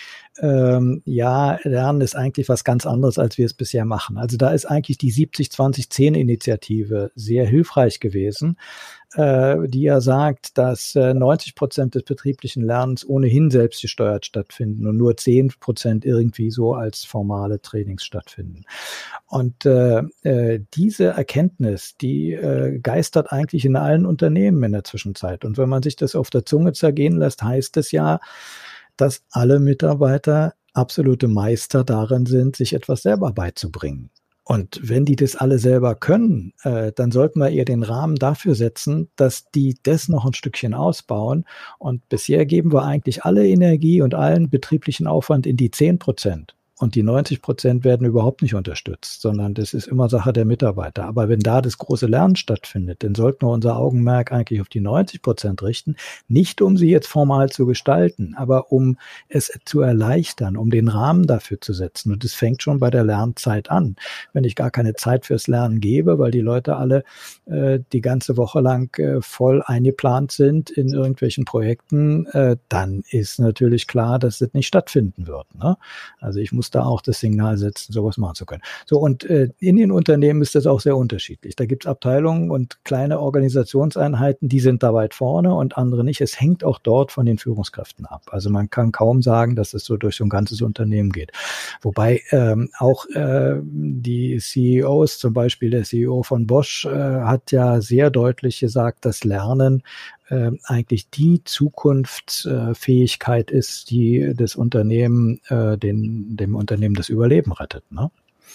ja, Lernen ist eigentlich was ganz anderes, als wir es bisher machen. Also da ist eigentlich die 70-20-10-Initiative sehr hilfreich gewesen, die ja sagt, dass 90% des betrieblichen Lernens ohnehin selbstgesteuert stattfinden und nur 10% irgendwie so als formale Trainings stattfinden. Und diese Erkenntnis, die geistert eigentlich in allen Unternehmen in der Zwischenzeit. Und wenn man sich das auf der Zunge zergehen lässt, heißt es ja, dass alle Mitarbeiter absolute Meister darin sind, sich etwas selber beizubringen. Und wenn die das alle selber können, dann sollten wir eher den Rahmen dafür setzen, dass die das noch ein Stückchen ausbauen. Und bisher geben wir eigentlich alle Energie und allen betrieblichen Aufwand in die 10%. Und die 90% werden überhaupt nicht unterstützt, sondern das ist immer Sache der Mitarbeiter. Aber wenn da das große Lernen stattfindet, dann sollten wir unser Augenmerk eigentlich auf die 90% richten, nicht um sie jetzt formal zu gestalten, aber um es zu erleichtern, um den Rahmen dafür zu setzen. Und das fängt schon bei der Lernzeit an. Wenn ich gar keine Zeit fürs Lernen gebe, weil die Leute alle die ganze Woche lang voll eingeplant sind in irgendwelchen Projekten, dann ist natürlich klar, dass das nicht stattfinden wird, ne? Also ich muss da auch das Signal setzen, sowas machen zu können. So, und in den Unternehmen ist das auch sehr unterschiedlich. Da gibt es Abteilungen und kleine Organisationseinheiten, die sind da weit vorne und andere nicht. Es hängt auch dort von den Führungskräften ab. Also man kann kaum sagen, dass es so durch so ein ganzes Unternehmen geht. Wobei auch die CEOs, zum Beispiel der CEO von Bosch, hat ja sehr deutlich gesagt, dass Lernen eigentlich die Zukunftsfähigkeit ist, die das Unternehmen, dem Unternehmen das Überleben rettet, ne?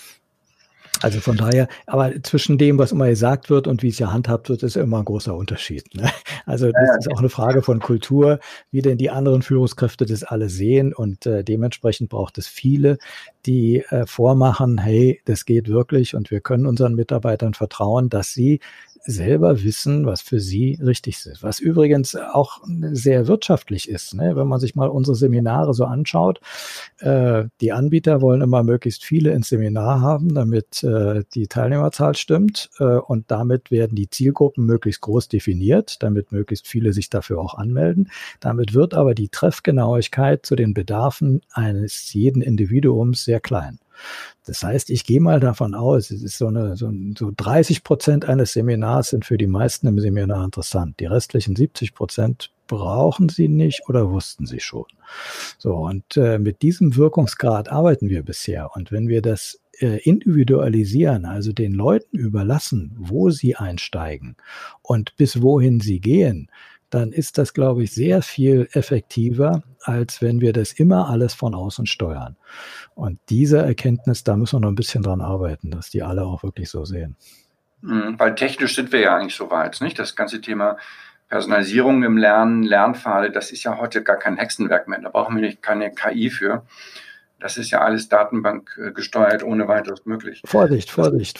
Also von daher, aber zwischen dem, was immer gesagt wird und wie es ja handhabt wird, ist immer ein großer Unterschied, ne? Also das ist auch eine Frage von Kultur, wie denn die anderen Führungskräfte das alle sehen und dementsprechend braucht es viele, die vormachen, hey, das geht wirklich und wir können unseren Mitarbeitern vertrauen, dass sie selber wissen, was für sie richtig ist. Was übrigens auch sehr wirtschaftlich ist, ne? Wenn man sich mal unsere Seminare so anschaut. Die Anbieter wollen immer möglichst viele ins Seminar haben, damit die Teilnehmerzahl stimmt. Und damit werden die Zielgruppen möglichst groß definiert, damit möglichst viele sich dafür auch anmelden. Damit wird aber die Treffgenauigkeit zu den Bedarfen eines jeden Individuums sehr klein. Das heißt, ich gehe mal davon aus, es ist so 30% eines Seminars sind für die meisten im Seminar interessant. Die restlichen 70% brauchen sie nicht oder wussten sie schon. So, und mit diesem Wirkungsgrad arbeiten wir bisher. Und wenn wir das individualisieren, also den Leuten überlassen, wo sie einsteigen und bis wohin sie gehen, dann ist das, glaube ich, sehr viel effektiver, als wenn wir das immer alles von außen steuern. Und diese Erkenntnis, da müssen wir noch ein bisschen dran arbeiten, dass die alle auch wirklich so sehen. Weil technisch sind wir ja eigentlich so weit, nicht? Das ganze Thema Personalisierung im Lernen, Lernpfade, das ist ja heute gar kein Hexenwerk mehr. Da brauchen wir keine KI für. Das ist ja alles Datenbank gesteuert, ohne weiteres möglich. Vorsicht.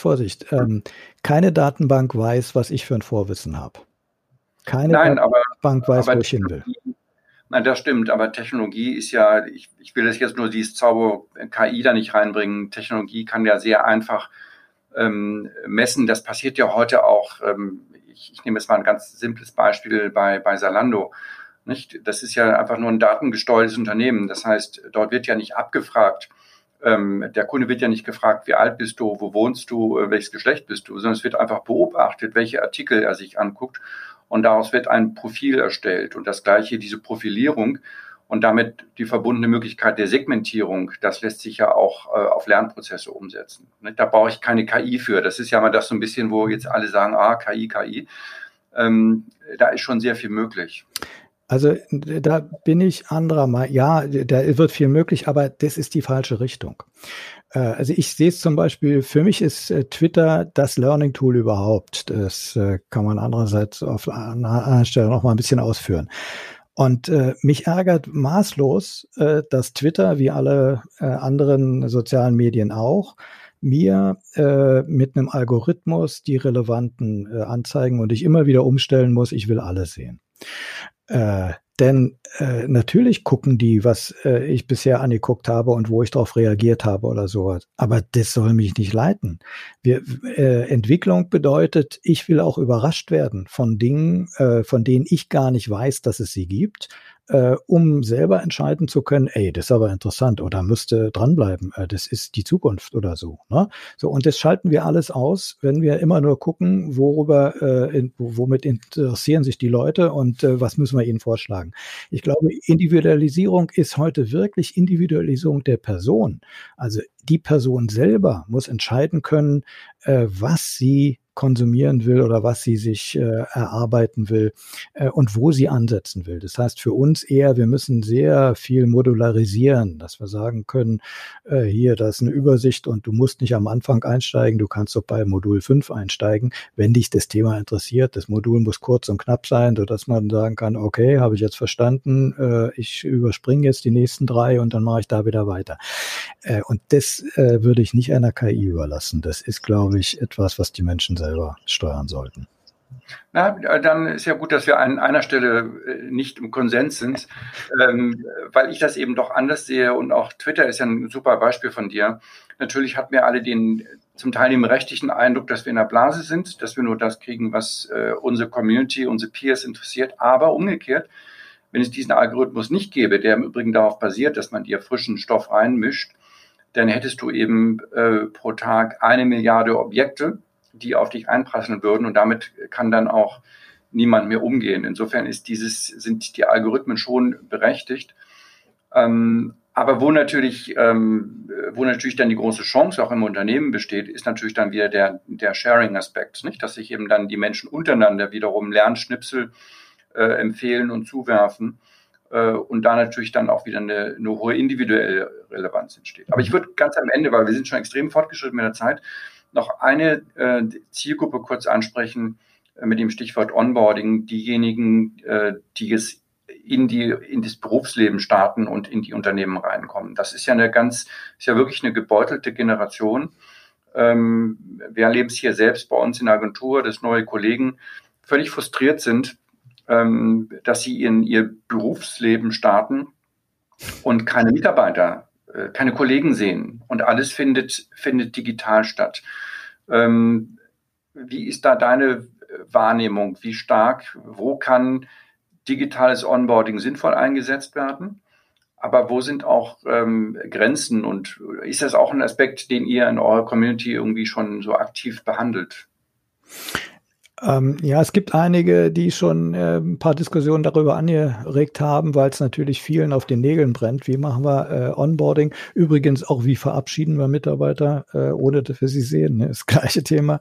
Keine Datenbank weiß, was ich für ein Vorwissen habe. Keine Bank weiß, wo ich hin will. Nein, das stimmt, aber Technologie ist ja, ich will das jetzt nur dieses Zauber KI da nicht reinbringen. Technologie kann ja sehr einfach messen. Das passiert ja heute auch. Ich nehme jetzt mal ein ganz simples Beispiel bei Zalando. Nicht? Das ist ja einfach nur ein datengesteuertes Unternehmen. Das heißt, dort wird ja nicht abgefragt. Der Kunde wird ja nicht gefragt, wie alt bist du, wo wohnst du, welches Geschlecht bist du, sondern es wird einfach beobachtet, welche Artikel er sich anguckt. Und daraus wird ein Profil erstellt und das Gleiche, diese Profilierung. und damit die verbundene Möglichkeit der Segmentierung, das lässt sich ja auch auf Lernprozesse umsetzen. Da brauche ich keine KI für. Das ist ja mal das so ein bisschen, wo jetzt alle sagen, KI. Da ist schon sehr viel möglich. Also da bin ich anderer Meinung. Ja, da wird viel möglich, aber das ist die falsche Richtung. Also ich sehe es zum Beispiel, für mich ist Twitter das Learning-Tool überhaupt. Das kann man andererseits auf einer anderen Stelle noch mal ein bisschen ausführen. Und mich ärgert maßlos, dass Twitter, wie alle anderen sozialen Medien auch, mir mit einem Algorithmus die relevanten Anzeigen und ich immer wieder umstellen muss, ich will alles sehen. Denn natürlich gucken die, was ich bisher angeguckt habe und wo ich darauf reagiert habe oder sowas. Aber das soll mich nicht leiten. Entwicklung bedeutet, ich will auch überrascht werden von Dingen, von denen ich gar nicht weiß, dass es sie gibt, um selber entscheiden zu können, das ist aber interessant oder müsste dranbleiben, das ist die Zukunft oder so. Ne? So, und das schalten wir alles aus, wenn wir immer nur gucken, womit interessieren sich die Leute und was müssen wir ihnen vorschlagen. Ich glaube, Individualisierung ist heute wirklich Individualisierung der Person. Also die Person selber muss entscheiden können, was sie konsumieren will oder was sie sich erarbeiten will und wo sie ansetzen will. Das heißt für uns eher, wir müssen sehr viel modularisieren, dass wir sagen können, hier, da ist eine Übersicht und du musst nicht am Anfang einsteigen, du kannst doch bei Modul 5 einsteigen, wenn dich das Thema interessiert. Das Modul muss kurz und knapp sein, sodass man sagen kann, okay, habe ich jetzt verstanden, ich überspringe jetzt die nächsten 3 und dann mache ich da wieder weiter. Und das würde ich nicht einer KI überlassen. Das ist, glaube ich, etwas, was die Menschen selber steuern sollten. Na, dann ist ja gut, dass wir an einer Stelle nicht im Konsens sind, weil ich das eben doch anders sehe und auch Twitter ist ja ein super Beispiel von dir. Natürlich hatten wir alle zum Teil den berechtigten Eindruck, dass wir in der Blase sind, dass wir nur das kriegen, was unsere Community, unsere Peers interessiert, aber umgekehrt, wenn es diesen Algorithmus nicht gäbe, der im Übrigen darauf basiert, dass man dir frischen Stoff reinmischt, dann hättest du eben pro Tag 1 Milliarde Objekte, die auf dich einprasseln würden und damit kann dann auch niemand mehr umgehen. Insofern sind die Algorithmen schon berechtigt. Aber wo natürlich dann die große Chance auch im Unternehmen besteht, ist natürlich dann wieder der Sharing-Aspekt, nicht? Dass sich eben dann die Menschen untereinander wiederum Lernschnipsel empfehlen und zuwerfen und da natürlich dann auch wieder eine hohe individuelle Relevanz entsteht. Aber ich würde ganz am Ende, weil wir sind schon extrem fortgeschritten mit der Zeit, noch eine Zielgruppe kurz ansprechen mit dem Stichwort Onboarding, diejenigen, die es in das Berufsleben starten und in die Unternehmen reinkommen. Das ist ja wirklich eine gebeutelte Generation. Wir erleben es hier selbst bei uns in der Agentur, dass neue Kollegen völlig frustriert sind, dass sie in ihr Berufsleben starten und keine Mitarbeiter, keine Kollegen sehen und alles findet digital statt. Wie ist da deine Wahrnehmung? Wie stark, wo kann digitales Onboarding sinnvoll eingesetzt werden? Aber wo sind auch Grenzen und ist das auch ein Aspekt, den ihr in eurer Community irgendwie schon so aktiv behandelt? Ja, es gibt einige, die schon ein paar Diskussionen darüber angeregt haben, weil es natürlich vielen auf den Nägeln brennt. Wie machen wir Onboarding? Übrigens auch, wie verabschieden wir Mitarbeiter, ohne dass wir sie sehen? Ne? Das gleiche Thema.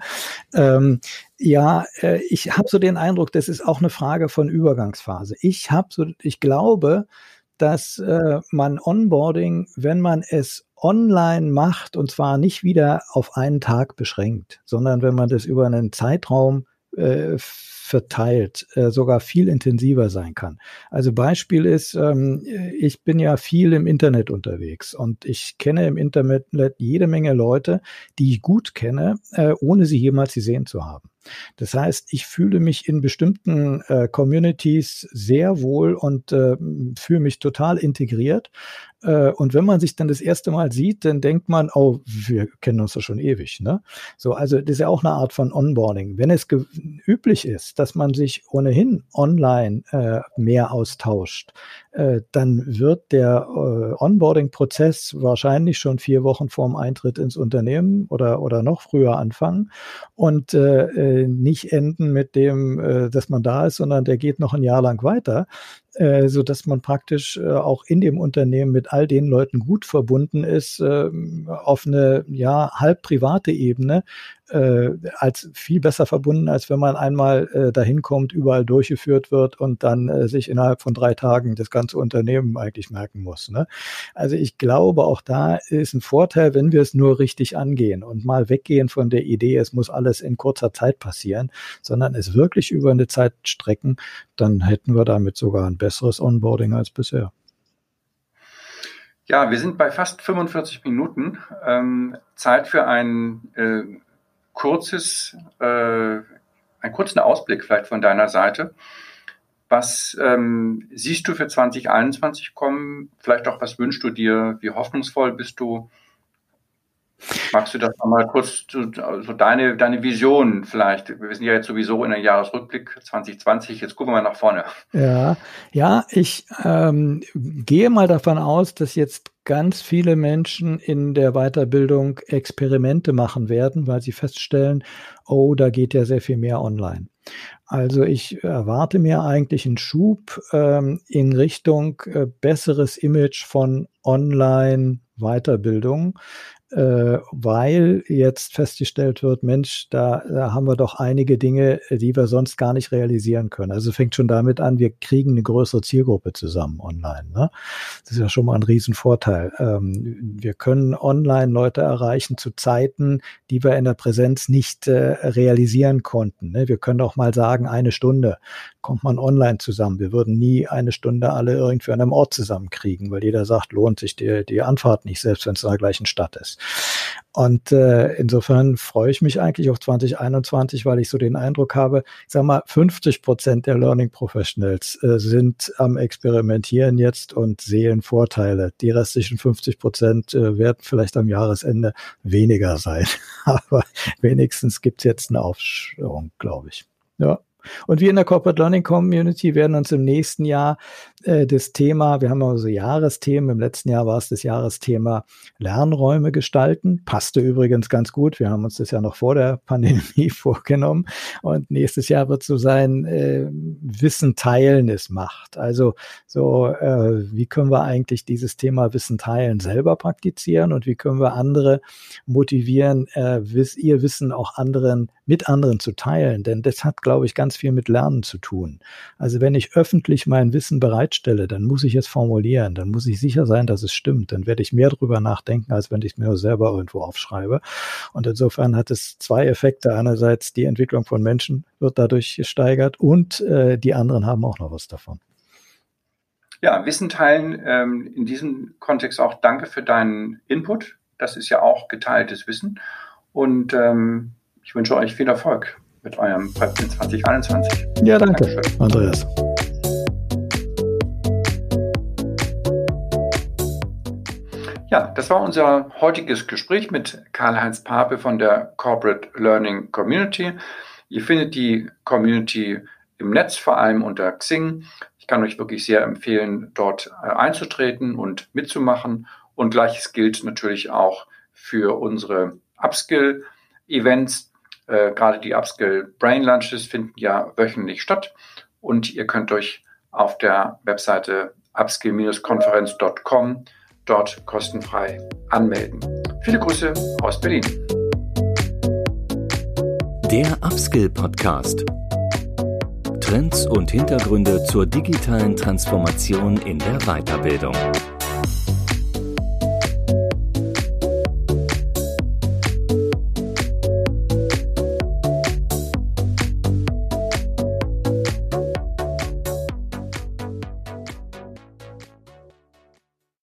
Ich habe so den Eindruck, das ist auch eine Frage von Übergangsphase. Ich glaube, dass man Onboarding, wenn man es online macht, und zwar nicht wieder auf einen Tag beschränkt, sondern wenn man das über einen Zeitraum verteilt, sogar viel intensiver sein kann. Also Beispiel ist, ich bin ja viel im Internet unterwegs und ich kenne im Internet jede Menge Leute, die ich gut kenne, ohne sie jemals gesehen zu haben. Das heißt, ich fühle mich in bestimmten Communities sehr wohl und fühle mich total integriert. Und wenn man sich dann das erste Mal sieht, dann denkt man, oh, wir kennen uns doch schon ewig, ne? So, also das ist ja auch eine Art von Onboarding. Wenn es üblich ist, dass man sich ohnehin online mehr austauscht, dann wird der Onboarding-Prozess wahrscheinlich schon 4 Wochen vorm Eintritt ins Unternehmen oder noch früher anfangen und nicht enden mit dem, dass man da ist, sondern der geht noch ein Jahr lang weiter. so dass man praktisch auch in dem Unternehmen mit all den Leuten gut verbunden ist, auf eine halb private Ebene, als viel besser verbunden, als wenn man einmal dahin kommt, überall durchgeführt wird und dann sich innerhalb von 3 Tagen das ganze Unternehmen eigentlich merken muss. Ne? Also ich glaube, auch da ist ein Vorteil, wenn wir es nur richtig angehen und mal weggehen von der Idee, es muss alles in kurzer Zeit passieren, sondern es wirklich über eine Zeit strecken, dann hätten wir damit sogar ein besseres Onboarding als bisher. Ja, wir sind bei fast 45 Minuten. Zeit für einen kurzen Ausblick vielleicht von deiner Seite. Was siehst du für 2021 kommen? Vielleicht auch, was wünschst du dir? Wie hoffnungsvoll bist du? Magst du das nochmal kurz, so deine Vision vielleicht? Wir sind ja jetzt sowieso in einem Jahresrückblick 2020. Jetzt gucken wir mal nach vorne. Ja, ich gehe mal davon aus, dass jetzt ganz viele Menschen in der Weiterbildung Experimente machen werden, weil sie feststellen, oh, da geht ja sehr viel mehr online. Also ich erwarte mir eigentlich einen Schub in Richtung besseres Image von Online-Weiterbildung, weil jetzt festgestellt wird, Mensch, da haben wir doch einige Dinge, die wir sonst gar nicht realisieren können. Also fängt schon damit an, wir kriegen eine größere Zielgruppe zusammen online. Ne? Das ist ja schon mal ein Riesenvorteil. Wir können online Leute erreichen zu Zeiten, die wir in der Präsenz nicht realisieren konnten. Ne? Wir können auch mal sagen, 1 Stunde kommt man online zusammen. Wir würden nie 1 Stunde alle irgendwie an einem Ort zusammenkriegen, weil jeder sagt, lohnt sich die Anfahrt nicht, selbst wenn es in der gleichen Stadt ist. Und insofern freue ich mich eigentlich auf 2021, weil ich so den Eindruck habe, ich sag mal, 50% der Learning Professionals sind am Experimentieren jetzt und sehen Vorteile. Die restlichen 50% werden vielleicht am Jahresende weniger sein. Aber wenigstens gibt es jetzt eine Aufschwung, glaube ich. Ja. Und wir in der Corporate Learning Community werden uns im nächsten Jahr das Thema, wir haben also Jahresthemen, im letzten Jahr war es das Jahresthema Lernräume gestalten, passte übrigens ganz gut, wir haben uns das ja noch vor der Pandemie vorgenommen und nächstes Jahr wird so sein, Wissen teilen ist Macht. Also so, wie können wir eigentlich dieses Thema Wissen teilen selber praktizieren und wie können wir andere motivieren, ihr Wissen auch mit anderen zu teilen, denn das hat, glaube ich, ganz viel mit Lernen zu tun. Also wenn ich öffentlich mein Wissen bereitstelle, dann muss ich es formulieren, dann muss ich sicher sein, dass es stimmt, dann werde ich mehr drüber nachdenken, als wenn ich es mir selber irgendwo aufschreibe. Und insofern hat es 2 Effekte. Einerseits die Entwicklung von Menschen wird dadurch gesteigert und die anderen haben auch noch was davon. Ja, Wissen teilen, in diesem Kontext auch danke für deinen Input. Das ist ja auch geteiltes Wissen. Und ich wünsche euch viel Erfolg mit eurem Prep in 2021. Ja, danke, Dankeschön. Andreas. Ja, das war unser heutiges Gespräch mit Karl-Heinz Pape von der Corporate Learning Community. Ihr findet die Community im Netz, vor allem unter Xing. Ich kann euch wirklich sehr empfehlen, dort einzutreten und mitzumachen. Und Gleiches gilt natürlich auch für unsere Upskill-Events. Gerade die Upskill Brain Lunches finden ja wöchentlich statt. Und ihr könnt euch auf der Webseite upskill-konferenz.com dort kostenfrei anmelden. Viele Grüße aus Berlin. Der Upskill Podcast. Trends und Hintergründe zur digitalen Transformation in der Weiterbildung.